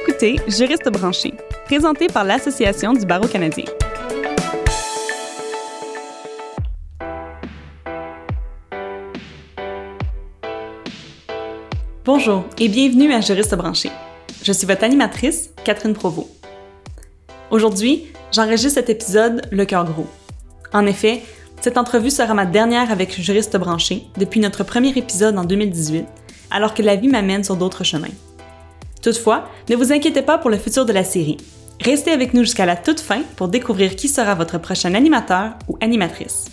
écoutez Juriste branché, présenté par l'Association du barreau canadien. Bonjour et bienvenue à Juriste branché. Je suis votre animatrice, Catherine Provost. Aujourd'hui, j'enregistre cet épisode le cœur gros. En effet, cette entrevue sera ma dernière avec Juriste branché depuis notre premier épisode en 2018, alors que la vie m'amène sur d'autres chemins. Toutefois, ne vous inquiétez pas pour le futur de la série. Restez avec nous jusqu'à la toute fin pour découvrir qui sera votre prochain animateur ou animatrice.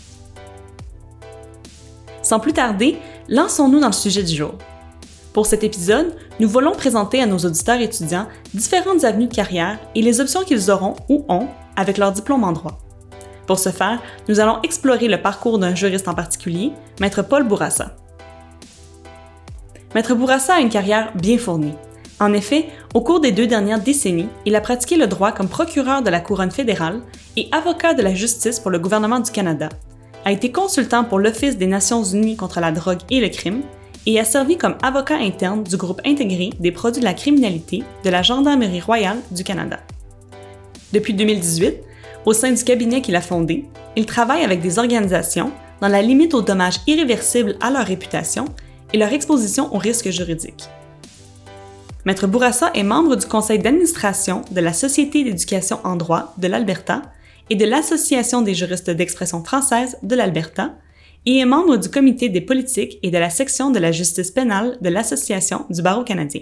Sans plus tarder, lançons-nous dans le sujet du jour. Pour cet épisode, nous voulons présenter à nos auditeurs étudiants différentes avenues de carrière et les options qu'ils auront ou ont avec leur diplôme en droit. Pour ce faire, nous allons explorer le parcours d'un juriste en particulier, Maître Paul Bourassa. Maître Bourassa a une carrière bien fournie. En effet, au cours des 2 dernières décennies, il a pratiqué le droit comme procureur de la Couronne fédérale et avocat de la justice pour le gouvernement du Canada, a été consultant pour l'Office des Nations unies contre la drogue et le crime et a servi comme avocat interne du groupe intégré des produits de la criminalité de la Gendarmerie royale du Canada. Depuis 2018, au sein du cabinet qu'il a fondé, il travaille avec des organisations dans la limite aux dommages irréversibles à leur réputation et leur exposition aux risques juridiques. Maître Bourassa est membre du conseil d'administration de la Société d'éducation en droit de l'Alberta et de l'Association des juristes d'expression française de l'Alberta et est membre du comité des politiques et de la section de la justice pénale de l'Association du barreau canadien.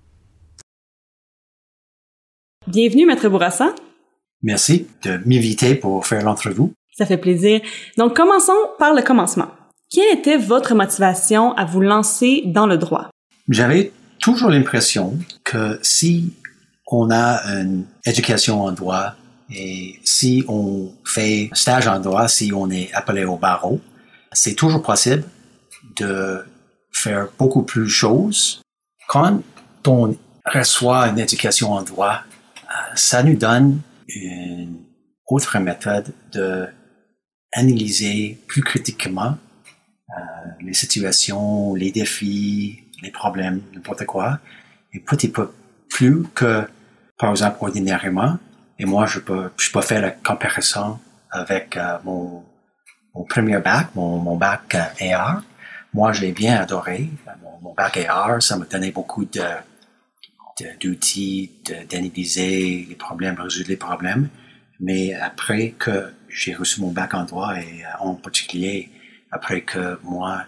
Bienvenue, Maître Bourassa. Merci de m'inviter pour faire l'entrevue. Ça fait plaisir. Donc, commençons par le commencement. Quelle était votre motivation à vous lancer dans le droit? J'avais toujours l'impression que si on a une éducation en droit et si on fait un stage en droit, si on est appelé au barreau, c'est toujours possible de faire beaucoup plus de choses. Quand on reçoit une éducation en droit, ça nous donne une autre méthode d'analyser plus critiquement les situations, les défis, les problèmes, n'importe quoi, et petit peu plus que, par exemple, ordinairement. Et moi, je peux faire la comparaison avec mon premier bac, mon bac AR. Moi, j'ai bien adoré mon bac AR. Ça m'a donné beaucoup d'outils d'analyser les problèmes, résoudre les problèmes. Mais après que j'ai reçu mon bac en droit et en particulier après que moi,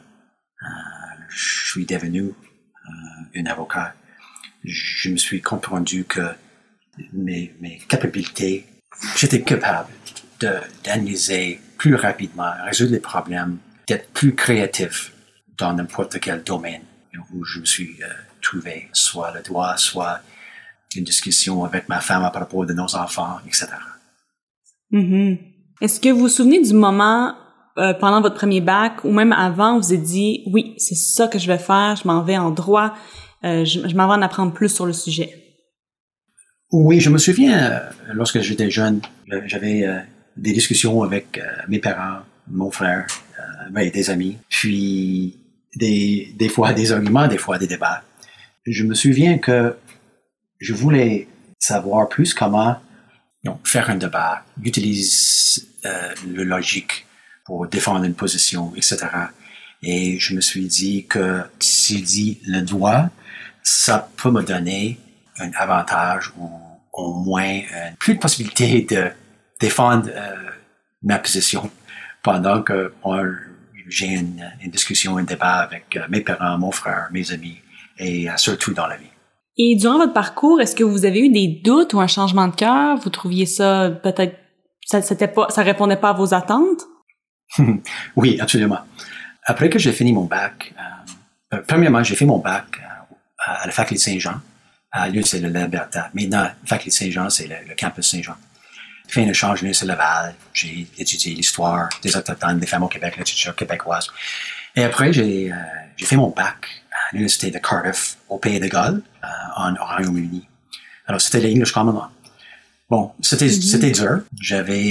je suis devenu un avocat, je me suis comprendu que mes capacités, j'étais capable d'analyser plus rapidement, résoudre les problèmes, d'être plus créatif dans n'importe quel domaine où je me suis trouvé, soit le droit, soit une discussion avec ma femme à propos de nos enfants, etc. Mm-hmm. Est-ce que vous vous souvenez du moment pendant votre premier bac ou même avant, vous vous êtes dit « Oui, c'est ça que je vais faire, je m'en vais en droit, je m'en vais en apprendre plus sur le sujet ». Oui, je me souviens, lorsque j'étais jeune, j'avais des discussions avec mes parents, mon frère, des amis, puis des fois des arguments, des fois des débats. Je me souviens que je voulais savoir plus comment faire un débat, utiliser le logique pour défendre une position, etc. Et je me suis dit que si je dis le droit, ça peut me donner un avantage ou au moins plus de possibilité de défendre ma position pendant que moi, j'ai une discussion, un débat avec mes parents, mon frère, mes amis et surtout dans la vie. Et durant votre parcours, est-ce que vous avez eu des doutes ou un changement de cœur? Vous trouviez ça peut-être, ça répondait pas à vos attentes? Oui, absolument. Après que j'ai fini mon bac, premièrement, j'ai fait mon bac à la faculté Saint-Jean, à l'Université de l'Alberta. Maintenant, la faculté Saint-Jean, c'est le campus Saint-Jean. J'ai fait un échange à l'Université Laval. J'ai étudié l'histoire des Autochtones, des femmes au Québec, la littérature québécoise. Et après, j'ai fait mon bac à l'Université de Cardiff, au Pays de Galles, en Royaume-Uni. Alors, c'était l'English Common Law. Bon, c'était dur. J'avais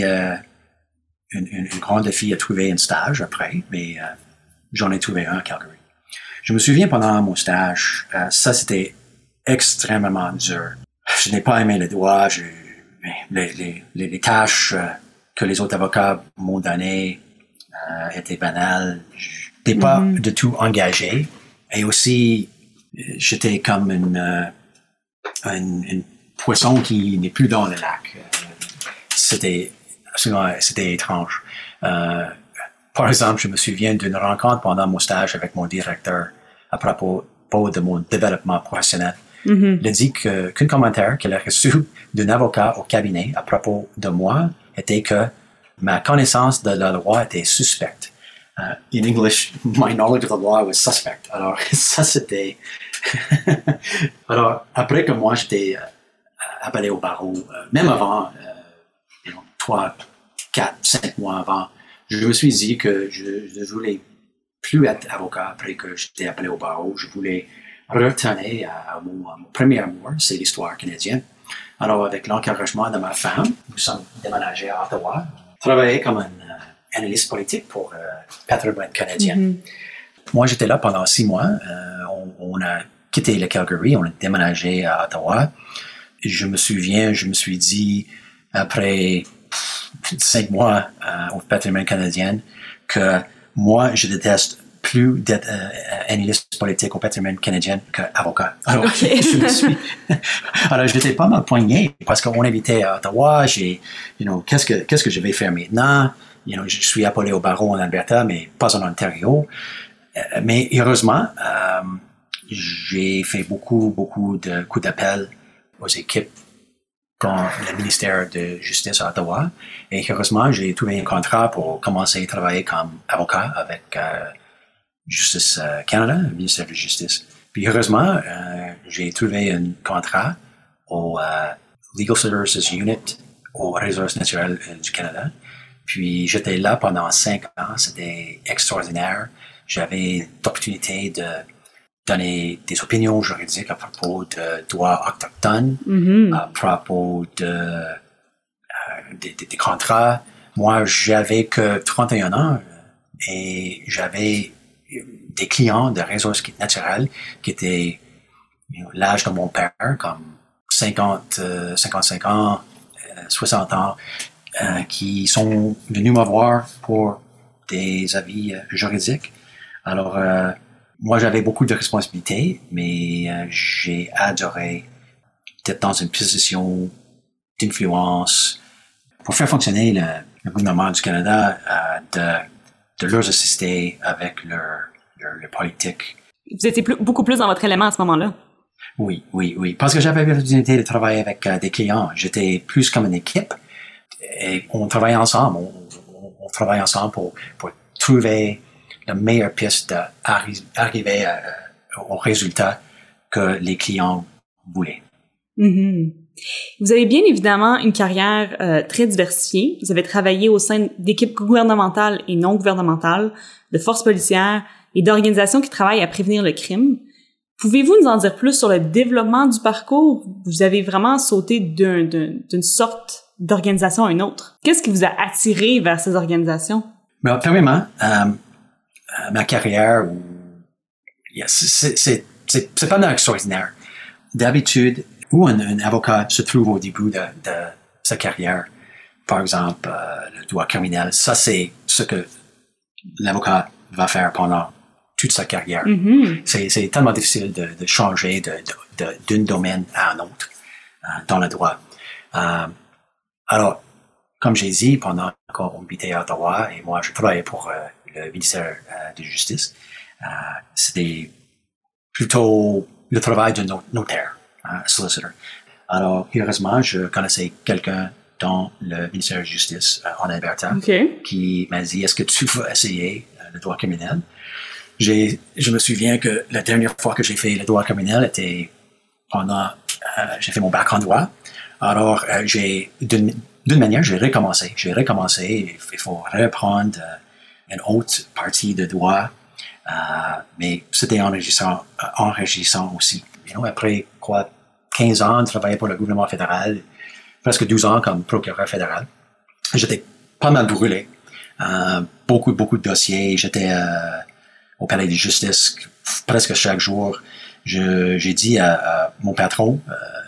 un grand défi à trouver un stage après, mais j'en ai trouvé un à Calgary. Je me souviens pendant mon stage, ça c'était extrêmement dur. je n'ai pas aimé le droit. Les tâches que les autres avocats m'ont données étaient banales. Je n'étais pas du tout engagé. Et aussi, j'étais comme une poisson qui n'est plus dans le lac. C'était étrange. Par exemple, je me souviens d'une rencontre pendant mon stage avec mon directeur à propos de mon développement professionnel. Il a dit qu'un commentaire qu'il a reçu d'un avocat au cabinet à propos de moi était que ma connaissance de la loi était suspecte. In English, my knowledge of the law was suspect. Alors, ça c'était... Alors, après que moi j'étais appelé au barreau, même avant, 3, 4, 5 mois avant, je me suis dit que je ne voulais plus être avocat après que j'étais appelé au barreau. Je voulais retourner à mon premier amour, c'est l'histoire canadienne. Alors, avec l'encouragement de ma femme, nous sommes déménagés à Ottawa, travaillé comme un analyste politique pour Patrimoine canadien. Moi, j'étais là pendant 6 mois. On a quitté le Calgary, on a déménagé à Ottawa. Et je me souviens, je me suis dit, après 5 mois au Patrimoine canadien, que moi, je déteste plus d'être analyste politique au Patrimoine canadien qu'avocat. Alors, alors, j'étais pas mal poigné parce qu'on habitait à Ottawa. Qu'est-ce que je vais faire maintenant? Je suis appelé au barreau en Alberta, mais pas en Ontario. Mais heureusement, j'ai fait beaucoup de coups d'appel aux équipes dans le ministère de Justice à Ottawa. Et heureusement, j'ai trouvé un contrat pour commencer à travailler comme avocat avec Justice Canada, le ministère de Justice. Puis heureusement, j'ai trouvé un contrat au Legal Services Unit aux Ressources naturelles du Canada. Puis j'étais là pendant 5 ans, c'était extraordinaire. J'avais l'opportunité de donner des opinions juridiques à propos de droits autochtones, à propos des contrats. Moi, j'avais que 31 ans et j'avais des clients de ressources naturelles qui étaient l'âge de mon père, comme 50, 55 ans, 60 ans, qui sont venus me voir pour des avis juridiques. Alors, moi, j'avais beaucoup de responsabilités, mais j'ai adoré d'être dans une position d'influence pour faire fonctionner le gouvernement du Canada, de leur assister avec leur politique. Vous étiez beaucoup plus dans votre élément à ce moment-là. Oui. Parce que j'avais l'opportunité de travailler avec des clients. J'étais plus comme une équipe et on travaillait ensemble. On travaillait ensemble pour trouver la meilleure piste d'arriver au résultat que les clients voulaient. Vous avez bien évidemment une carrière très diversifiée. Vous avez travaillé au sein d'équipes gouvernementales et non gouvernementales, de forces policières et d'organisations qui travaillent à prévenir le crime. Pouvez-vous nous en dire plus sur le développement du parcours? Vous avez vraiment sauté d'une sorte d'organisation à une autre. Qu'est-ce qui vous a attiré vers ces organisations? Ben, premièrement, ma carrière, c'est pas mal extraordinaire. D'habitude, où un avocat se trouve au début de sa carrière, par exemple, le droit criminel, ça c'est ce que l'avocat va faire pendant toute sa carrière. C'est tellement difficile de changer d'un domaine à un autre dans le droit. Alors, comme j'ai dit, pendant qu'on habitait à Ottawa, et moi je travaillais pour le ministère de Justice, c'était plutôt le travail d'un notaire, solicitor. Alors, heureusement, je connaissais quelqu'un dans le ministère de Justice en Alberta qui m'a dit, est-ce que tu veux essayer le droit criminel? Je me souviens que la dernière fois que j'ai fait le droit criminel était pendant, j'ai fait mon bac en droit. Alors, d'une manière, j'ai recommencé. Il faut reprendre une autre partie de droit, mais c'était enrichissant aussi. Après 15 ans de travailler pour le gouvernement fédéral, presque 12 ans comme procureur fédéral, j'étais pas mal brûlé. Beaucoup de dossiers. J'étais au palais de justice presque chaque jour. J'ai dit à mon patron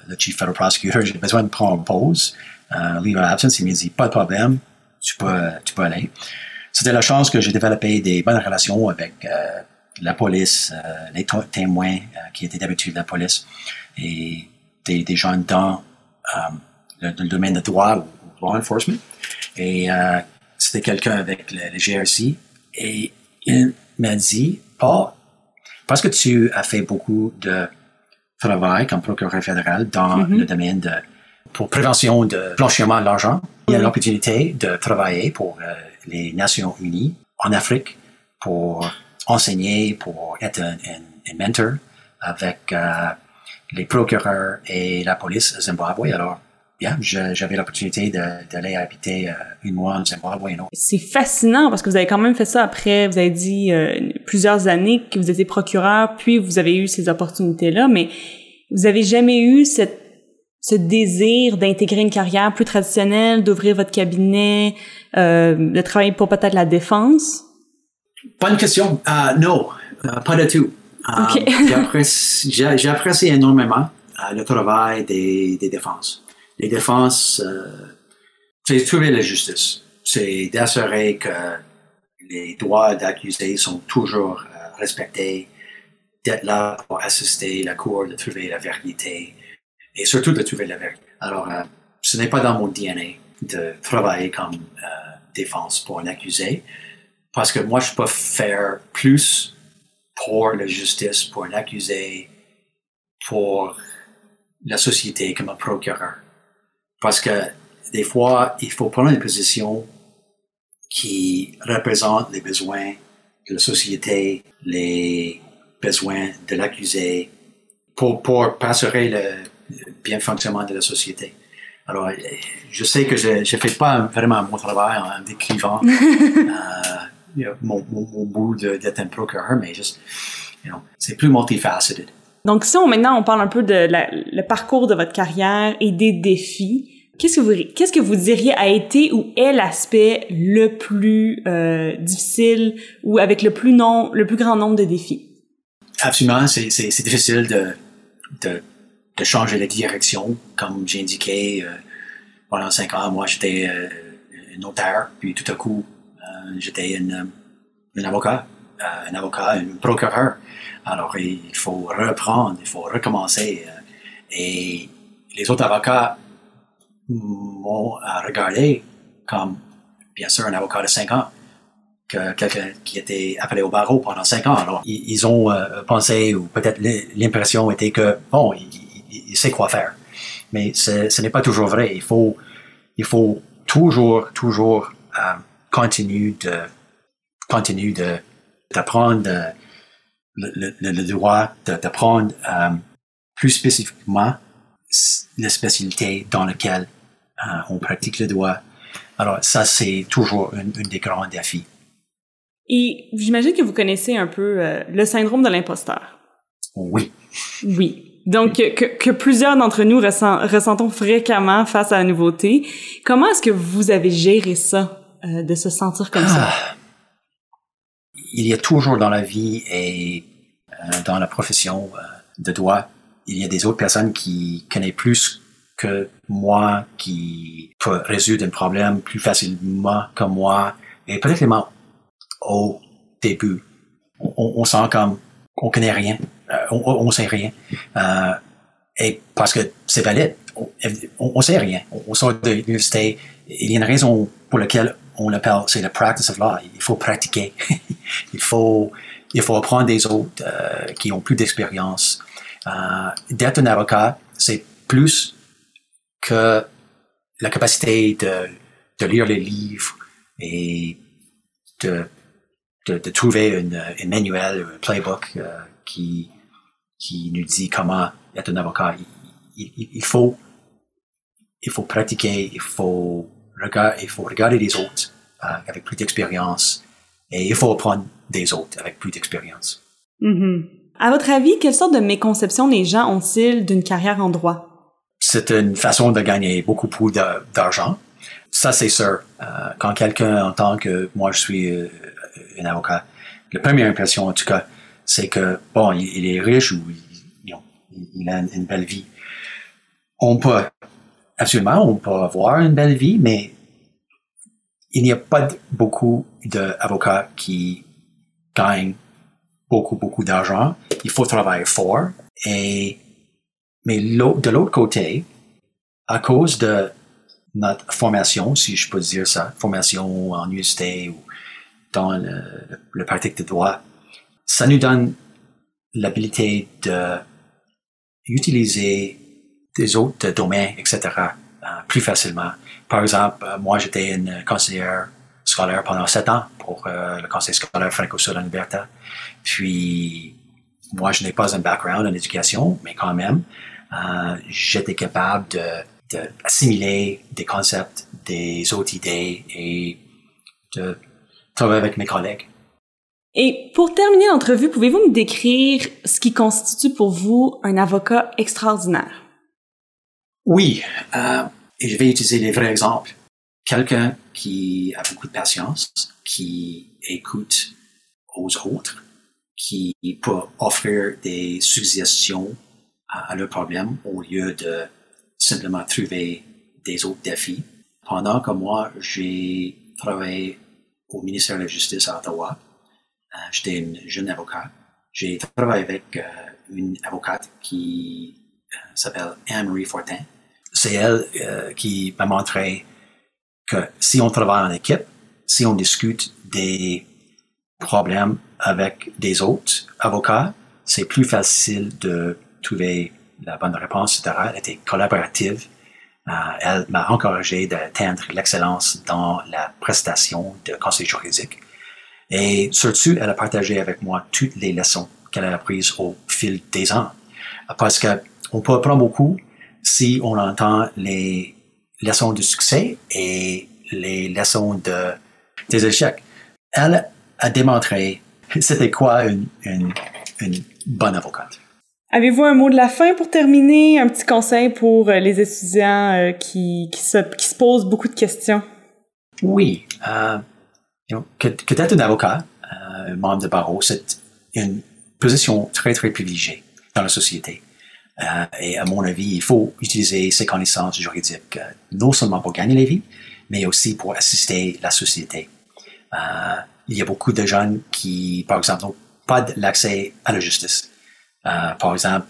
le chief federal prosecutor, j'ai besoin de prendre une pause, leave of absence. Il m'a dit, pas de problème, tu peux aller. C'était la chance que j'ai développé des bonnes relations avec la police, les témoins qui étaient d'habitude de la police, et des gens dans le domaine de droit ou law enforcement. Et c'était quelqu'un avec le GRC. Et il m'a dit, Paul, parce que tu as fait beaucoup de travail comme procureur fédéral dans le domaine pour prévention de blanchiment de l'argent, il y a l'opportunité de travailler pour les Nations Unies en Afrique pour enseigner, pour être un mentor avec les procureurs et la police à Zimbabwe. Alors, j'avais l'opportunité d'aller habiter une mois en Zimbabwe. C'est fascinant parce que vous avez quand même fait ça après, vous avez dit plusieurs années que vous étiez procureur, puis vous avez eu ces opportunités-là, mais vous avez jamais eu ce désir d'intégrer une carrière plus traditionnelle, d'ouvrir votre cabinet, de travailler pour peut-être la défense? Bonne question. Non, pas du tout. Okay. J'ai apprécié énormément le travail des défenses. Les défenses, c'est trouver la justice. C'est d'assurer que les droits d'accusés sont toujours respectés, d'être là pour assister la cour, de trouver la vérité, et surtout de trouver la vérité. Alors, ce n'est pas dans mon DNA de travailler comme défense pour un accusé, parce que moi, je peux faire plus pour la justice, pour un accusé, pour la société comme un procureur. Parce que des fois, il faut prendre une position qui représente les besoins de la société, les besoins de l'accusé, pour assurer le bien fonctionnement de la société. Alors, je sais que je ne fais pas vraiment mon travail en décrivant mon bout d'être un procureur, mais juste, c'est plus multifaceted. Donc, si maintenant on parle un peu de le parcours de votre carrière et des défis, qu'est-ce que vous diriez a été ou est l'aspect le plus difficile ou avec le plus grand nombre de défis? Absolument, c'est difficile de changer de direction. Comme j'ai indiqué, pendant 5 ans, moi j'étais un notaire, puis tout à coup, j'étais un avocat, un procureur. Alors, il faut reprendre, il faut recommencer. Et les autres avocats m'ont regardé comme, bien sûr, un avocat de 5 ans, que quelqu'un qui était appelé au barreau pendant 5 ans. Alors, ils ont pensé, ou peut-être l'impression était que, bon, il sait quoi faire. Mais ce n'est pas toujours vrai. Il faut toujours continuer d'apprendre le droit, d'apprendre plus spécifiquement la spécialité dans laquelle on pratique le droit. Alors, ça, c'est toujours un des grands défis. Et j'imagine que vous connaissez un peu le syndrome de l'imposteur. Oui. Oui. Donc, que plusieurs d'entre nous ressentons fréquemment face à la nouveauté. Comment est-ce que vous avez géré ça, de se sentir comme ça? Il y a toujours dans la vie et dans la profession de droit, il y a des autres personnes qui connaissent plus que moi, qui peuvent résoudre un problème plus facilement que moi. Et peut-être au début, on sent comme on connaît rien, on sait rien. Et parce que c'est valide, on sait rien. On sort de l'université. Il y a une raison pour laquelle on l'appelle, c'est le practice of law. Il faut pratiquer. il faut apprendre des autres qui ont plus d'expérience. D'être un avocat, c'est plus que la capacité de lire les livres et de trouver un manuel, un playbook qui nous dit comment être un avocat. Il faut pratiquer, il faut regarder les autres avec plus d'expérience et il faut apprendre des autres avec plus d'expérience. Mm-hmm. À votre avis, quelle sorte de méconception les gens ont-ils d'une carrière en droit? C'est une façon de gagner beaucoup plus d'argent. Ça, c'est sûr. Quand quelqu'un entend que moi, je suis un avocat, la première impression, en tout cas, c'est que, bon, il est riche ou il a une belle vie. on peut avoir une belle vie, mais il n'y a pas beaucoup d'avocats qui gagnent beaucoup d'argent. Il faut travailler fort. Mais de l'autre côté, à cause de notre formation, si je peux dire ça, formation en université ou dans le pratique de droit, ça nous donne l'habilité d'utiliser des autres domaines, etc., plus facilement. Par exemple, moi, j'étais une conseillère scolaire pendant 7 ans pour le conseil scolaire Franco-Sud en Alberta. Puis, moi, je n'ai pas un background en éducation, mais quand même, j'étais capable d'assimiler des concepts, des autres idées et de travailler avec mes collègues. Et pour terminer l'entrevue, pouvez-vous me décrire ce qui constitue pour vous un avocat extraordinaire? Oui, et je vais utiliser les vrais exemples. Quelqu'un qui a beaucoup de patience, qui écoute aux autres, qui peut offrir des suggestions à leurs problèmes au lieu de simplement trouver des autres défis. Pendant que moi, j'ai travaillé au ministère de la Justice à Ottawa, j'étais une jeune avocate. J'ai travaillé avec une avocate qui s'appelle Anne-Marie Fortin. C'est elle qui m'a montré que si on travaille en équipe, si on discute des problèmes avec des autres avocats, c'est plus facile de trouver la bonne réponse, etc. Elle était collaborative. Elle m'a encouragé d'atteindre l'excellence dans la prestation de conseil juridique. Et surtout, elle a partagé avec moi toutes les leçons qu'elle a apprises au fil des ans. Parce que on peut apprendre beaucoup si on entend les leçons de succès et les leçons des échecs. Elle a démontré c'était quoi une bonne avocate. Avez-vous un mot de la fin pour terminer? Un petit conseil pour les étudiants qui se posent beaucoup de questions? Oui. Que d'être un avocat, membre de barreau, c'est une position très, très privilégiée dans la société. Et à mon avis, il faut utiliser ses connaissances juridiques, non seulement pour gagner la vie, mais aussi pour assister la société. Il y a beaucoup de jeunes qui, par exemple, n'ont pas l'accès à la justice. Par exemple,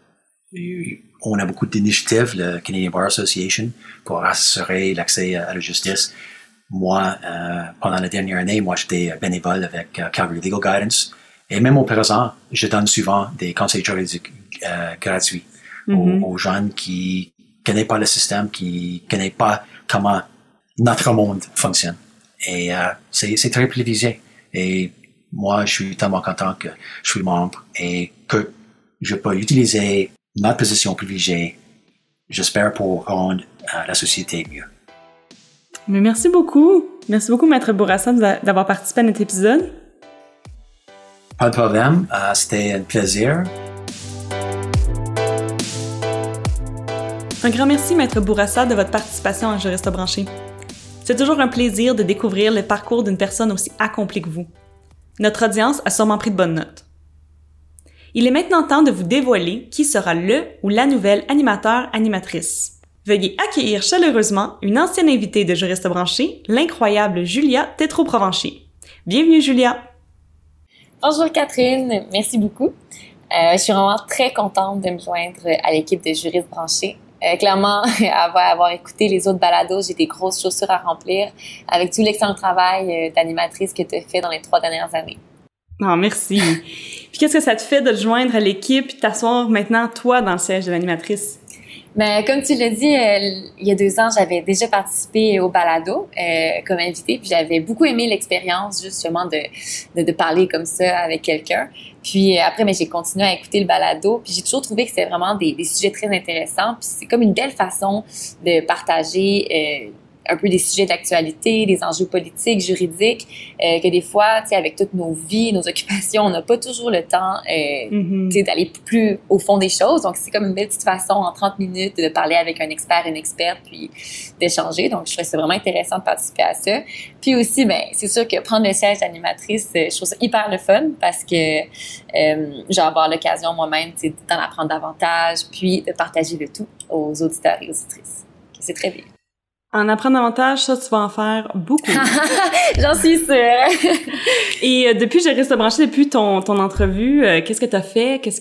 on a beaucoup d'initiatives, le Canadian Bar Association, pour assurer l'accès à la justice. Moi, pendant la dernière année, j'étais bénévole avec Calgary Legal Guidance. Et même au présent, je donne souvent des conseils juridiques gratuits aux jeunes qui ne connaissent pas le système, qui ne connaissent pas comment notre monde fonctionne. Et c'est très privilégié. Et moi, je suis tellement content que je suis membre et que je peux utiliser notre position privilégiée, j'espère, pour rendre la société mieux. Mais merci beaucoup. Merci beaucoup, Maître Bourassa, d'avoir participé à notre épisode. Pas de problème. C'était un plaisir. Un grand merci, Maître Bourassa, de votre participation à Juriste branché. C'est toujours un plaisir de découvrir le parcours d'une personne aussi accomplie que vous. Notre audience a sûrement pris de bonnes notes. Il est maintenant temps de vous dévoiler qui sera le ou la nouvelle animateur-animatrice. Veuillez accueillir chaleureusement une ancienne invitée de Juriste branché, l'incroyable Julia Tétrault-Provencher. Bienvenue, Julia! Bonjour Catherine, merci beaucoup. Je suis vraiment très contente de me joindre à l'équipe de Juriste branché. Clairement, après avoir écouté les autres balados, j'ai des grosses chaussures à remplir avec tout l'excellent travail d'animatrice que tu as fait dans les 3 dernières années. Ah, merci. Puis qu'est-ce que ça te fait de te joindre à l'équipe et de t'asseoir maintenant, toi, dans le siège de l'animatrice? Ben, comme tu l'as dit, il y a 2 ans, j'avais déjà participé au balado comme invitée, puis j'avais beaucoup aimé l'expérience justement de parler comme ça avec quelqu'un. Puis après, j'ai continué à écouter le balado, puis j'ai toujours trouvé que c'était vraiment des sujets très intéressants, puis c'est comme une belle façon de partager un peu des sujets d'actualité, des enjeux politiques, juridiques, que des fois, tu sais, avec toutes nos vies, nos occupations, on n'a pas toujours le temps, tu sais, d'aller plus au fond des choses. Donc, c'est comme une belle petite façon, en 30 minutes, de parler avec un expert, une experte, puis d'échanger. Donc, je trouvais ça vraiment intéressant de participer à ça. Puis aussi, ben, c'est sûr que prendre le siège d'animatrice, je trouve ça hyper le fun parce que je vais avoir l'occasion moi-même, tu sais, d'en apprendre davantage, puis de partager le tout aux auditeurs et auditrices. C'est très bien. En apprendre davantage, ça, tu vas en faire beaucoup. J'en suis sûre. Et depuis Juriste branché, depuis ton entrevue, qu'est-ce que tu as fait? Qu'est-ce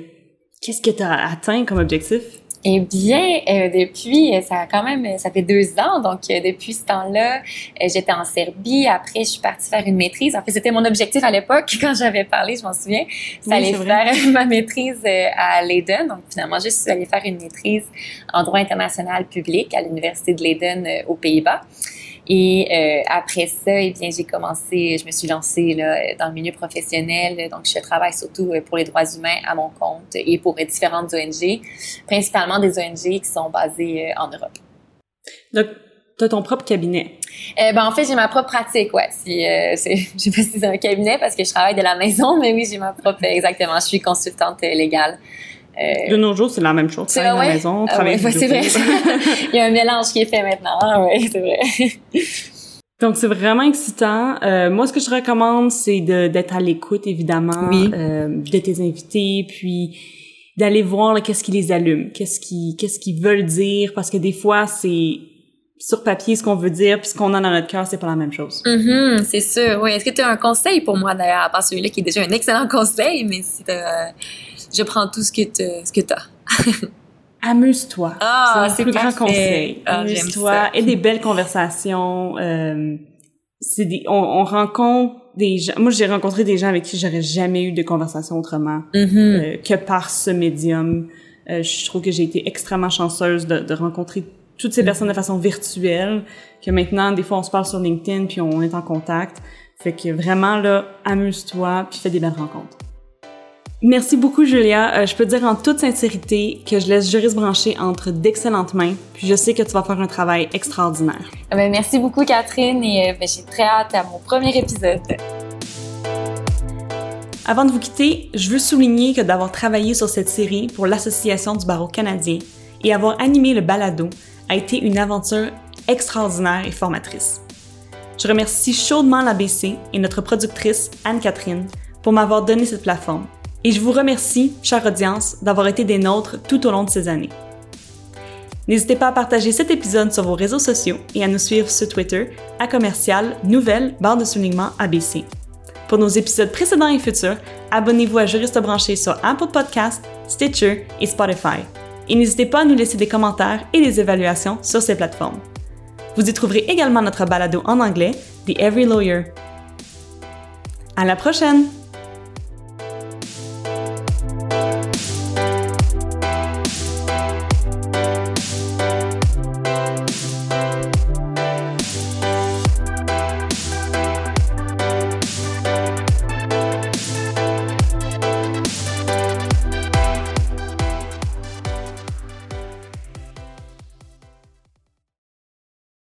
que tu as atteint comme objectif? Eh bien, depuis, ça fait 2 ans. Donc, depuis ce temps-là, j'étais en Serbie. Après, je suis partie faire une maîtrise. En fait, c'était mon objectif à l'époque, quand j'avais parlé, je m'en souviens. J'allais faire ma maîtrise à Leiden. Donc, finalement, je suis allée faire une maîtrise en droit international public à l'Université de Leiden aux Pays-Bas. Et après ça, eh bien, je me suis lancée là, dans le milieu professionnel. Donc, je travaille surtout pour les droits humains à mon compte et pour différentes ONG, principalement des ONG qui sont basées en Europe. Donc, tu as ton propre cabinet? En fait, j'ai ma propre pratique, ouais. Je sais pas si c'est un cabinet parce que je travaille de la maison, mais oui, j'ai ma propre, exactement. Je suis consultante légale. De nos jours, c'est la même chose. Travailler à la maison, travailler c'est vrai. Il y a un mélange qui est fait maintenant. Ah, oui, c'est vrai. Donc, c'est vraiment excitant. Moi, ce que je recommande, c'est d'être à l'écoute, évidemment, de tes invités, puis d'aller voir là, qu'est-ce qui les allume, qu'est-ce qu'ils veulent dire, parce que des fois, c'est sur papier ce qu'on veut dire, puis ce qu'on a dans notre cœur, c'est pas la même chose. C'est sûr, oui. Est-ce que tu as un conseil pour moi, d'ailleurs, à part celui-là qui est déjà un excellent conseil, mais si je prends tout ce que t'as. Amuse-toi. C'est le plus grand conseil. Amuse-toi. Et des belles conversations. On rencontre des gens. Moi, j'ai rencontré des gens avec qui j'aurais jamais eu de conversation autrement que par ce médium. Je trouve que j'ai été extrêmement chanceuse de rencontrer toutes ces personnes de façon virtuelle, que maintenant, des fois, on se parle sur LinkedIn puis on est en contact. Fait que vraiment, là, amuse-toi puis fais des belles rencontres. Merci beaucoup, Julia. Je peux te dire en toute sincérité que je laisse Juriste branché entre d'excellentes mains, puis je sais que tu vas faire un travail extraordinaire. Merci beaucoup, Catherine, et j'ai très hâte à mon premier épisode. Avant de vous quitter, je veux souligner que d'avoir travaillé sur cette série pour l'Association du barreau canadien et avoir animé le balado a été une aventure extraordinaire et formatrice. Je remercie chaudement l'ABC et notre productrice, Anne-Catherine, pour m'avoir donné cette plateforme. Et je vous remercie, chère audience, d'avoir été des nôtres tout au long de ces années. N'hésitez pas à partager cet épisode sur vos réseaux sociaux et à nous suivre sur Twitter à @nouvelle_ABC. Pour nos épisodes précédents et futurs, abonnez-vous à Juriste branché sur Apple Podcasts, Stitcher et Spotify. Et n'hésitez pas à nous laisser des commentaires et des évaluations sur ces plateformes. Vous y trouverez également notre balado en anglais, The Every Lawyer. À la prochaine!